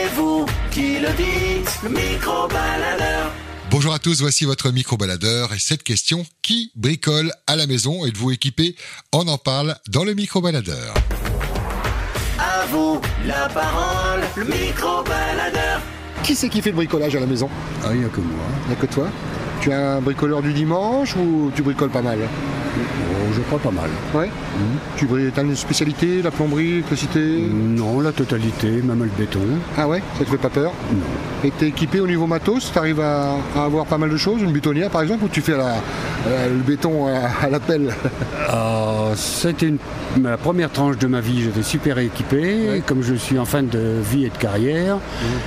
C'est vous qui le dites, le micro-baladeur. Bonjour à tous, voici votre micro-baladeur et cette question, qui bricole à la maison? Êtes-vous équipé? On en parle dans le micro-baladeur. À vous la parole, le micro-baladeur. Qui c'est qui fait le bricolage à la maison? Ah, il n'y a que moi. Il n'y a que toi? Tu es un bricoleur du dimanche ou tu bricoles pas mal? Oh, je crois pas mal. Ouais. Tu as une spécialité, la plomberie, l'électricité? Non, la totalité, même le béton. Ah ouais? Ça te fait pas peur? Non. Et t'es équipé au niveau matos? T'arrives à avoir pas mal de choses? Une bétonnière par exemple? Ou tu fais le béton à la pelle? C'était ma première tranche de ma vie, j'étais super équipé. Ouais. Comme je suis en fin de vie et de carrière,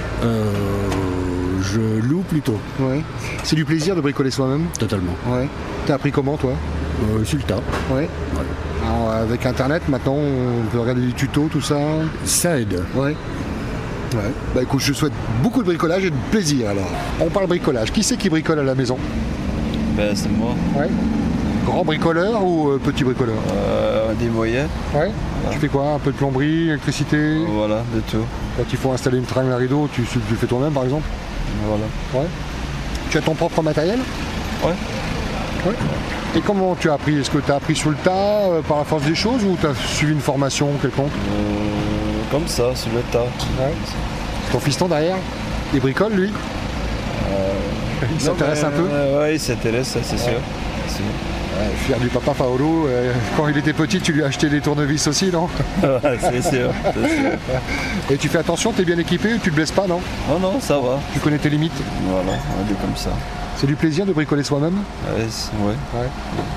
je loue plutôt. Ouais. C'est du plaisir de bricoler soi-même? Totalement. Ouais. T'as appris comment toi? Sur le tas. Ouais. Ouais. Alors, avec internet maintenant on peut regarder des tutos, tout ça? Ça aide. Ouais. Ouais. Bah écoute, je souhaite beaucoup de bricolage et de plaisir alors. On parle bricolage. Qui c'est qui bricole à la maison? Ben, c'est moi. Ouais. Grand bricoleur ou petit bricoleur? Des moyens. Ouais. Tu fais quoi? Un peu de plomberie, électricité? Voilà, de tout. Quand il faut installer une tringle à rideau, tu le fais toi-même par exemple? Voilà. Ouais. Tu as ton propre matériel? Ouais. Ouais. Et comment tu as appris? Est-ce que tu as appris sur le tas, par la force des choses, ou tu as suivi une formation quelconque? Comme ça, sur le tas. Ouais. Ton fiston derrière, il bricole lui? Il s'intéresse un peu? Ouais, il s'intéresse, ça, c'est sûr. C'est- Ouais, fier du papa Paolo, quand il était petit tu lui as acheté des tournevis aussi, non? Ouais, c'est sûr, c'est sûr. Et tu fais attention, tu es bien équipé, tu te blesses pas, non? Non, non, ça va. Tu connais tes limites? Voilà, on dit comme ça. C'est du plaisir de bricoler soi-même? Ouais. Ouais.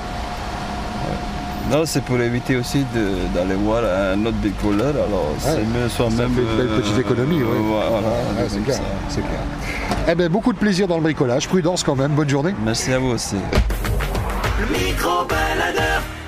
Non, c'est pour éviter aussi d'aller voir un autre bricoleur, alors c'est mieux Ça soi-même. fait une belle petite économie, ouais. Voilà, Ouais, c'est comme clair, ça. c'est clair. Eh bien, beaucoup de plaisir dans le bricolage, prudence quand même, bonne journée. Merci à vous aussi. Le micro-baladeur.